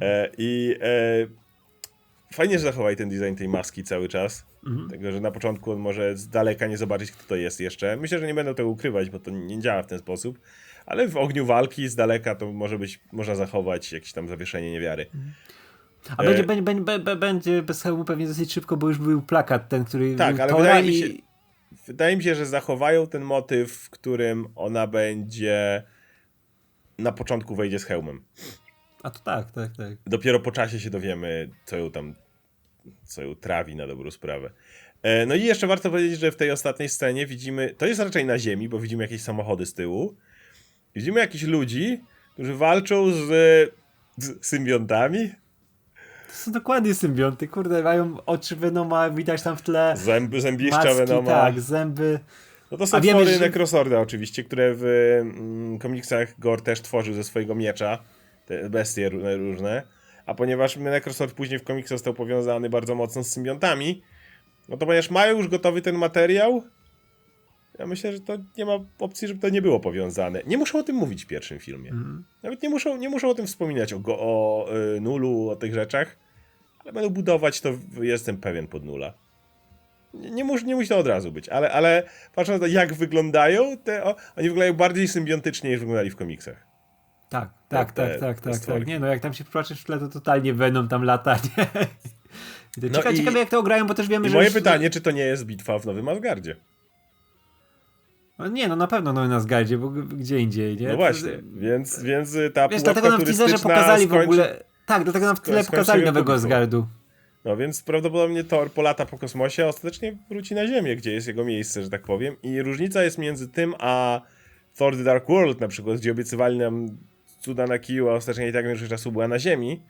Fajnie, że zachowali ten design tej maski cały czas. Tego, że na początku on może z daleka nie zobaczyć, kto to jest jeszcze. Myślę, że nie będą tego ukrywać, bo to nie działa w ten sposób. Ale w ogniu walki z daleka to można zachować jakieś tam zawieszenie niewiary. A będzie bez hełmu pewnie dosyć szybko, bo już był plakat ten, który... Tak, ale wydaje mi się, że zachowają ten motyw, w którym ona będzie na początku wejdzie z hełmem. A to tak. Dopiero po czasie się dowiemy, co ją trawi na dobrą sprawę. No i jeszcze warto powiedzieć, że w tej ostatniej scenie widzimy, to jest raczej na ziemi, bo widzimy jakieś samochody z tyłu. Widzimy jakichś ludzi, którzy walczą z symbiontami. To są dokładnie symbionty, kurde, mają oczy Venoma, widać tam w tle. Zębiszcza maski, Venoma. Tak, zęby. No to są twory Necrosorda oczywiście, które w komiksach Gore też tworzył ze swojego miecza. Te bestie różne. A ponieważ Necrosword później w komiksach został powiązany bardzo mocno z symbiontami, no to ponieważ mają już gotowy ten materiał, Ja myślę, że to nie ma opcji, żeby to nie było powiązane. Nie muszą o tym mówić w pierwszym filmie. Nawet nie muszą o tym wspominać, o Nulu, o tych rzeczach. Ale będą budować to, jestem pewien, pod Nula. Nie musi to od razu być, ale patrząc na to, jak wyglądają, oni wyglądają bardziej symbiontycznie, niż wyglądali w komiksach. Tak. Nie no, jak tam się wpatrzysz w tle, to totalnie Venom tam lata, nie? Ciekawe jak to ograją, bo też wiemy, że... Moje pytanie, czy to nie jest bitwa w Nowym Asgardzie? No nie, no na pewno Nowym Asgardzie, bo gdzie indziej, nie? No właśnie, więc ta pułapka dlatego nam w teaserze pokazali w ogóle... Tak, dlatego nam w tyle pokazali Nowego Asgardu. No więc prawdopodobnie Thor polata po kosmosie, a ostatecznie wróci na Ziemię, gdzie jest jego miejsce, że tak powiem. I różnica jest między tym, a Thor The Dark World na przykład, gdzie obiecywali nam cuda na kiju, a ostatecznie i tak większość czasu była na Ziemi.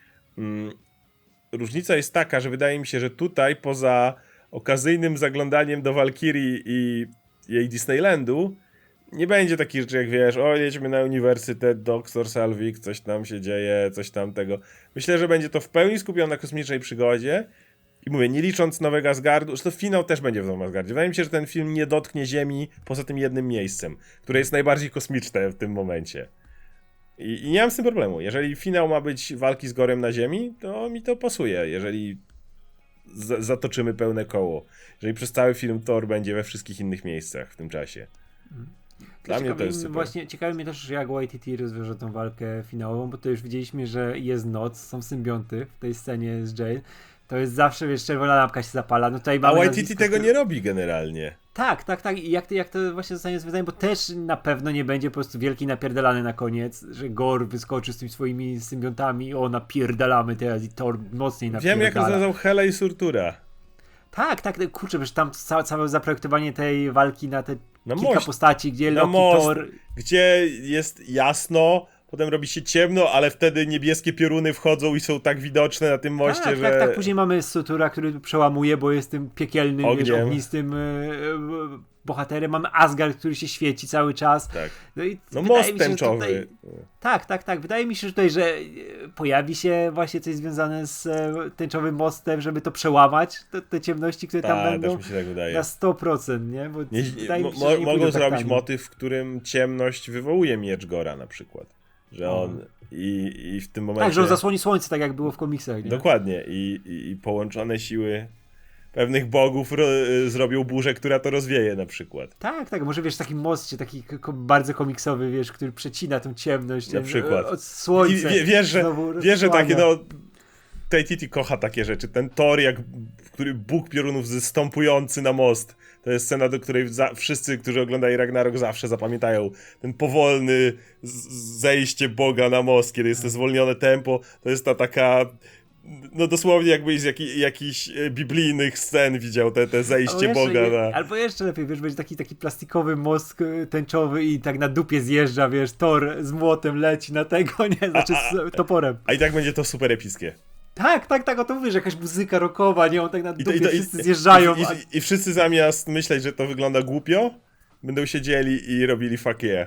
Różnica jest taka, że wydaje mi się, że tutaj poza okazyjnym zaglądaniem do Walkirii i jej Disneylandu nie będzie takich rzeczy jak, wiesz, jedźmy na uniwersytet, doktor Salvik, coś tam się dzieje, coś tam tego. Myślę, że będzie to w pełni skupione na kosmicznej przygodzie i mówię, nie licząc Nowego Asgardu, że to finał też będzie w Nowym Asgardzie. Wydaje mi się, że ten film nie dotknie Ziemi poza tym jednym miejscem, które jest najbardziej kosmiczne w tym momencie. I nie mam z tym problemu. Jeżeli finał ma być walki z Gorem na Ziemi, to mi to pasuje. Jeżeli zatoczymy pełne koło. Jeżeli przez cały film Thor będzie we wszystkich innych miejscach w tym czasie. Dla mnie to jest super. Właśnie ciekawi mnie też, jak YTT rozwiąże tą walkę finałową, bo to już widzieliśmy, że jest noc, są symbionty w tej scenie z Jane. To jest zawsze, wiesz, czerwona lampka się zapala. No tutaj mamy YTT tego nie robi generalnie. Tak. I jak to właśnie zostanie związane, bo też na pewno nie będzie po prostu wielki napierdalany na koniec, że Gore wyskoczy z tymi swoimi symbiontami, napierdalamy teraz i Thor mocniej napierdala. Wiem, jak rozwiązał Hela i Surtura. Tak, kurczę, wiesz, tam całe zaprojektowanie tej walki na te kilka most, postaci, gdzie na Loki, most, Thor... gdzie jest jasno, potem robi się ciemno, ale wtedy niebieskie pioruny wchodzą i są tak widoczne na tym moście, że... Tak. Później mamy Sutura, który przełamuje, bo jest tym piekielnym, wiesz, ognistym bohaterem. Mamy Asgard, który się świeci cały czas. Tak. No most tęczowy. Tak. Wydaje mi się że tutaj, że pojawi się właśnie coś związane z tęczowym mostem, żeby to przełamać, te ciemności, które tam będą. Też mi się tak wydaje. Na 100%, nie? Bo mogą zrobić motyw, w którym ciemność wywołuje miecz Gora na przykład. Że on i w tym momencie... Tak, że on zasłoni słońce, tak jak było w komiksach. Nie? Dokładnie. I połączone siły pewnych bogów zrobią burzę, która to rozwieje na przykład. Tak. Może wiesz, taki most, taki bardzo komiksowy, wiesz, który przecina tą ciemność. Na przykład. Od słońca. Wiesz, że takie, Taititi kocha takie rzeczy. Ten Thor, który Bóg piorunów zstąpujący na most. To jest scena, do której wszyscy, którzy oglądają Ragnarok, zawsze zapamiętają. Ten powolny zejście Boga na most, kiedy jest to zwolnione tempo. To jest ta taka... No dosłownie jakbyś z jakichś biblijnych scen widział te zejście Boga na... Albo jeszcze lepiej, wiesz, będzie taki plastikowy most tęczowy i tak na dupie zjeżdża, wiesz, Thor z młotem leci na tego, nie? Znaczy z toporem. A i tak będzie to super epickie. Tak, o to mówię, że jakaś muzyka rockowa, nie? On tak na dupie wszyscy zjeżdżają. I wszyscy zamiast myśleć, że to wygląda głupio, będą siedzieli i robili fuck yeah.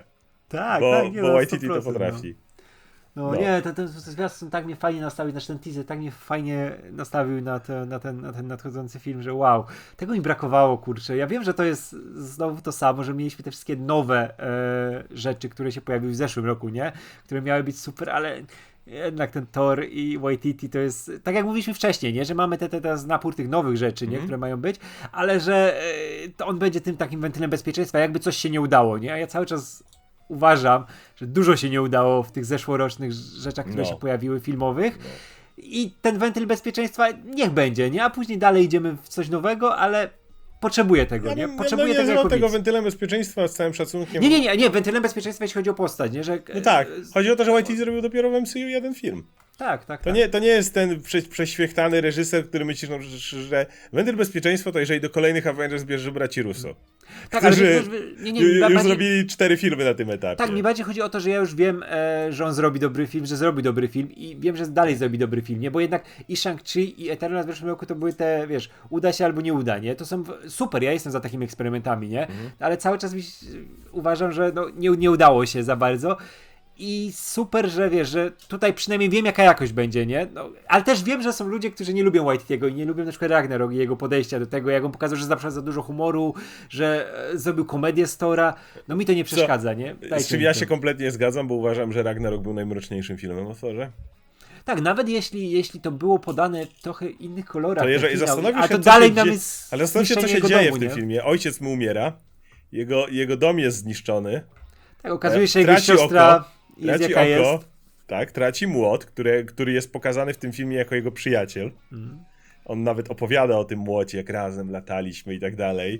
Bo YTT to potrafi. No nie, ten zwiastun tak mnie fajnie nastawił, ten teaser tak mnie fajnie nastawił na ten nadchodzący film, że wow, tego mi brakowało, kurczę. Ja wiem, że to jest znowu to samo, że mieliśmy te wszystkie nowe rzeczy, które się pojawiły w zeszłym roku, nie? Które miały być super, ale jednak ten Thor i YTT to jest, tak jak mówiliśmy wcześniej, nie? Że mamy teraz napór tych nowych rzeczy, nie? Które mają być, ale że to on będzie tym takim wentylem bezpieczeństwa, jakby coś się nie udało, nie? A ja cały czas uważam, że dużo się nie udało w tych zeszłorocznych rzeczach, które się pojawiły, filmowych. I ten wentyl bezpieczeństwa niech będzie, nie? A później dalej idziemy w coś nowego, ale potrzebuję tego, nie? Potrzebuję tego jako tego wentylem bezpieczeństwa z całym szacunkiem. Nie, wentylem bezpieczeństwa, jeśli chodzi o postać, nie? Że, no tak, chodzi o to, że YT zrobił dopiero w MCU jeden film. Tak. To nie jest ten przeświechtany reżyser, który myśli, że wentyl bezpieczeństwa to jeżeli do kolejnych Avengers bierze braci Russo. Tak, którzy ale już zrobili 4 filmy na tym etapie. Tak, mi bardziej chodzi o to, że ja już wiem, że on zrobi dobry film, że zrobi dobry film i wiem, że dalej zrobi dobry film, nie? Bo jednak i Shang-Chi i Eternals w zeszłym roku to były te, wiesz, uda się albo nie uda, nie? To są super, ja jestem za takimi eksperymentami, nie? Ale cały czas uważam, że nie udało się za bardzo. I super, że wiesz, że tutaj przynajmniej wiem, jaka jakość będzie, nie? No, ale też wiem, że są ludzie, którzy nie lubią Waititiego i nie lubią na przykład Ragnarok i jego podejścia do tego, jak on pokazał, że zawsze za dużo humoru, że zrobił komedię z Thora. No mi to nie przeszkadza, nie? Dajcie Z czym mi ja to. się kompletnie zgadzam, bo uważam, że Ragnarok był najmroczniejszym filmem o Thorze. Tak, nawet jeśli to było podane w trochę innych kolorach, To jeżeli ten finał, zastanowisz a się, to co dalej się nam dzieje- jest Ale zastanów się, co się zniszczenie dzieje jego w tym domu, nie? filmie. Ojciec mu umiera, jego dom jest zniszczony, Tak, okazuje się, że jego traci siostra oko, jest traci jaka oko, jest. tak, traci młot, który jest pokazany w tym filmie jako jego przyjaciel. On nawet opowiada o tym młocie, jak razem lataliśmy i tak dalej.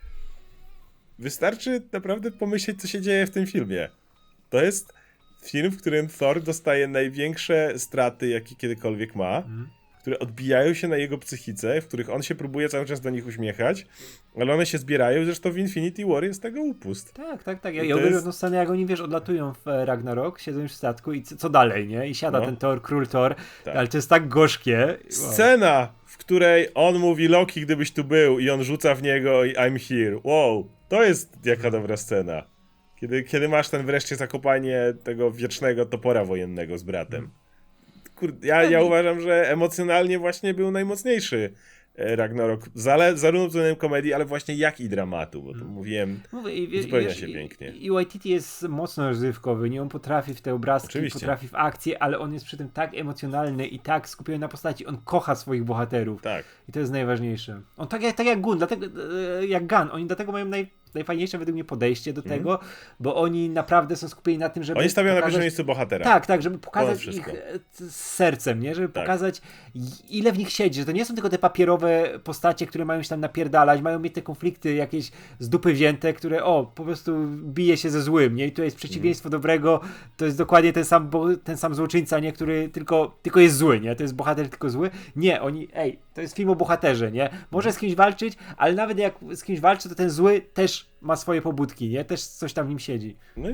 Wystarczy naprawdę pomyśleć, co się dzieje w tym filmie. To jest film, w którym Thor dostaje największe straty, jakie kiedykolwiek ma, które odbijają się na jego psychice, w których on się próbuje cały czas do nich uśmiechać, ale one się zbierają, zresztą w Infinity War jest tego upust. Tak. Ja to uwielbiam jest- tą scenę, jak oni, wiesz, odlatują w Ragnarok, siedzą już w statku i co dalej, nie? I siada No. ten Thor, król Thor, Tak. ale to jest tak gorzkie. Wow. Scena, w której on mówi Loki, gdybyś tu był i on rzuca w niego i I'm here. Wow, to jest jaka dobra scena. Kiedy masz ten wreszcie zakopanie tego wiecznego topora wojennego z bratem. Kurde, ja uważam, że emocjonalnie właśnie był najmocniejszy Ragnarok. Zarówno pod względem komedii, ale właśnie jak i dramatu, bo to mówiłem, Mówię, uzupełnia się pięknie. I Waititi jest mocno rozrywkowy, nie? On potrafi w te obrazki, Oczywiście. potrafi w akcję, ale on jest przy tym tak emocjonalny i tak skupiony na postaci. On kocha swoich bohaterów. Tak. I to jest najważniejsze. On tak jak Gun, dlatego, jak Gun, oni dlatego mają najfajniejsze według mnie podejście do tego, bo oni naprawdę są skupieni na tym, żeby Oni stawiają na pokazać- pierwszym miejscu bohatera. Tak, żeby pokazać ich wszystko. z sercem, nie? Żeby Tak. pokazać ile w nich siedzi, że to nie są tylko te papierowe postacie, które mają się tam napierdalać, mają mieć te konflikty jakieś z dupy wzięte, które po prostu bije się ze złym, nie? I tu jest przeciwieństwo dobrego, to jest dokładnie ten sam złoczyńca, nie? Który tylko jest zły, nie? To jest bohater tylko zły. Nie, to jest film o bohaterze, nie? Może z kimś walczyć, ale nawet jak z kimś walczy, to ten zły też ma swoje pobudki, nie? Też coś tam w nim siedzi. No i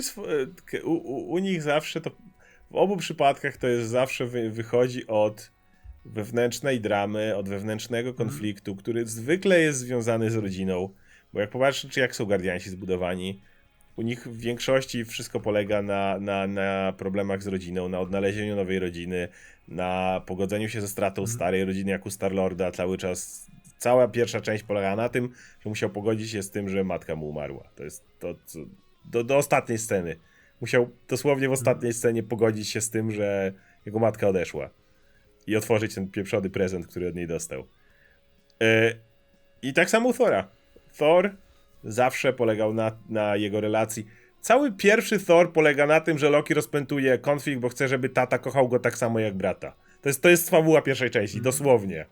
u nich zawsze to, w obu przypadkach to jest zawsze wychodzi od wewnętrznej dramy, od wewnętrznego konfliktu, który zwykle jest związany z rodziną, bo jak popatrzysz, jak są Guardiansi zbudowani, u nich w większości wszystko polega na problemach z rodziną, na odnalezieniu nowej rodziny, na pogodzeniu się ze stratą starej rodziny, jak u Star-Lorda cały czas. Cała pierwsza część polega na tym, że musiał pogodzić się z tym, że matka mu umarła. To jest to, co, do ostatniej sceny. Musiał dosłownie w ostatniej scenie pogodzić się z tym, że jego matka odeszła. I otworzyć ten pieprzony prezent, który od niej dostał. I tak samo u Thora. Thor zawsze polegał na jego relacji. Cały pierwszy Thor polega na tym, że Loki rozpętuje konflikt, bo chce, żeby tata kochał go tak samo jak brata. To jest fabuła pierwszej części, dosłownie.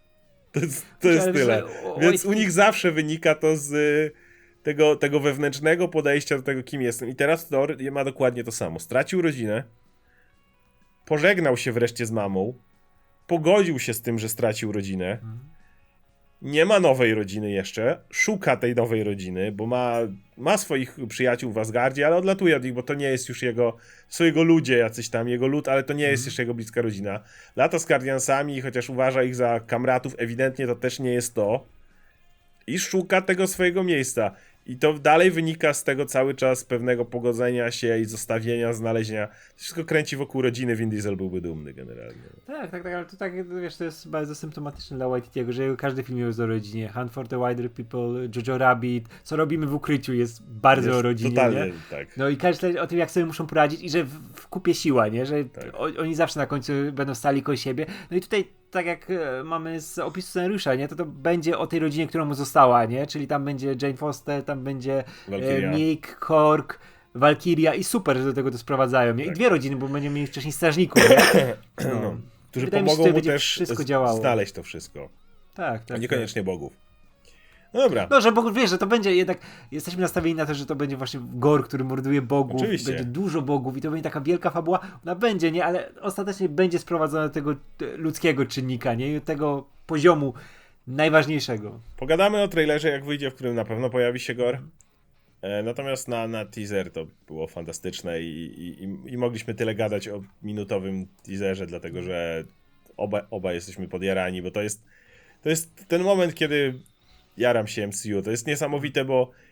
To jest Ale tyle. że Więc u nich zawsze wynika to z tego wewnętrznego podejścia do tego, kim jestem. I teraz Thor ma dokładnie to samo. Stracił rodzinę, pożegnał się wreszcie z mamą, pogodził się z tym, że stracił rodzinę, nie ma nowej rodziny jeszcze, szuka tej nowej rodziny, bo ma swoich przyjaciół w Asgardzie, ale odlatuje od nich, bo to nie jest już są jego ludzie jacyś tam, jego lud, ale to nie jest jeszcze jego bliska rodzina. Lata z Guardiansami, chociaż uważa ich za kamratów, ewidentnie to też nie jest to. I szuka tego swojego miejsca. I to dalej wynika z tego cały czas pewnego pogodzenia się i zostawienia, znalezienia. Wszystko kręci wokół rodziny, Vin Diesel byłby dumny generalnie. Tak, ale to tak, wiesz, to jest bardzo symptomatyczne dla Waititiego, że każdy film jest o rodzinie. Hunt for the Wilder People, Jojo Rabbit, Co robimy w ukryciu jest bardzo Jest o rodzinie, totalnie, nie? tak. No i każdy o tym, jak sobie muszą poradzić i że w kupie siła, nie? Że Tak. oni zawsze na końcu będą stali koło siebie. No i tutaj, tak jak mamy z opisu scenariusza, nie? To będzie o tej rodzinie, która mu została, nie? Czyli tam będzie Jane Foster, tam będzie Valkyria. Mick, Korg, Valkyria i super, że do tego to sprowadzają, nie? I Tak. dwie rodziny, bo będziemy mieli wcześniej strażników, nie? No. Którzy Wydaje mi się, że pomogą to mu będzie też wszystko działało. znaleźć to wszystko. Tak, A tak. niekoniecznie bogów. No dobra. No, że Bóg, wiesz, że to będzie jednak, jesteśmy nastawieni na to, że to będzie właśnie Gor, który morduje bogów, Oczywiście. będzie dużo bogów i to będzie taka wielka fabuła, ona będzie, nie, ale ostatecznie będzie sprowadzona do tego ludzkiego czynnika, nie, i tego poziomu najważniejszego. Pogadamy o trailerze, jak wyjdzie, w którym na pewno pojawi się Gore. Natomiast na teaser to było fantastyczne i mogliśmy tyle gadać o minutowym teaserze, dlatego że oba jesteśmy podjarani, bo to jest ten moment, kiedy jaram się MCU. To jest niesamowite, bo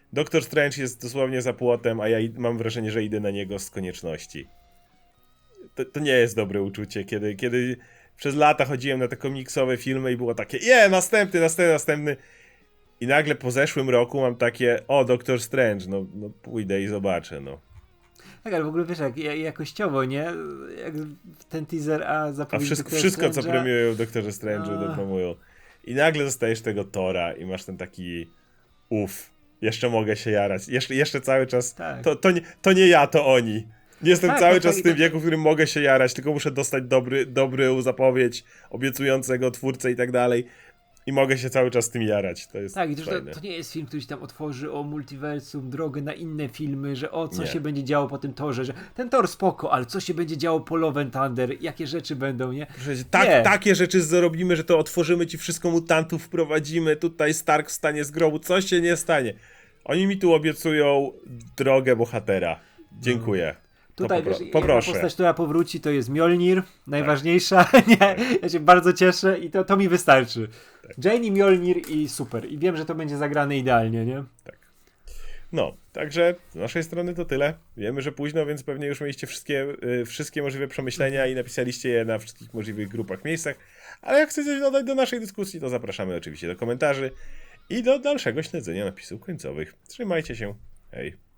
Doktor Strange jest dosłownie za płotem, a ja mam wrażenie, że idę na niego z konieczności. To nie jest dobre uczucie, kiedy przez lata chodziłem na te komiksowe filmy i było takie, następny. I nagle po zeszłym roku mam takie, o, Doktor Strange, no pójdę i zobaczę, no. Tak, ale w ogóle wiesz, jak jakościowo, nie? Jak ten teaser, a zapowiedź Wszystko co Strange'a, premiują w Doktorze Strange'u, to promują. I nagle dostajesz tego Tora i masz ten taki, jeszcze mogę się jarać. Jeszcze cały czas, tak. to nie ja, to oni. Nie jestem Tak, cały tak, czas tak, w tym tak. wieku, w którym mogę się jarać, tylko muszę dostać dobrą zapowiedź obiecującego twórcę i tak dalej. I mogę się cały czas z tym jarać. To jest Tak, i fajne. to nie jest film, który ci tam otworzy o multiversum, drogę na inne filmy, że co Nie. się będzie działo po tym Torze, że ten Tor spoko, ale co się będzie działo po Love and Thunder, jakie rzeczy będą, nie? Nie. Takie rzeczy zarobimy, że to otworzymy ci wszystko mutantów, wprowadzimy, tutaj Stark wstanie z grobu, coś się nie stanie. Oni mi tu obiecują drogę bohatera. Dziękuję. Tutaj wiesz, jedna poproszę. postać, która powróci, to jest Mjolnir, najważniejsza. Nie, ja się bardzo cieszę i to mi wystarczy. Jane, Mjolnir i super. I wiem, że to będzie zagrane idealnie, nie? Tak. No, także z naszej strony to tyle. Wiemy, że późno, więc pewnie już mieliście wszystkie możliwe przemyślenia i napisaliście je na wszystkich możliwych grupach, miejscach. Ale jak chcecie dodać do naszej dyskusji, to zapraszamy oczywiście do komentarzy i do dalszego śledzenia napisów końcowych. Trzymajcie się. Hej.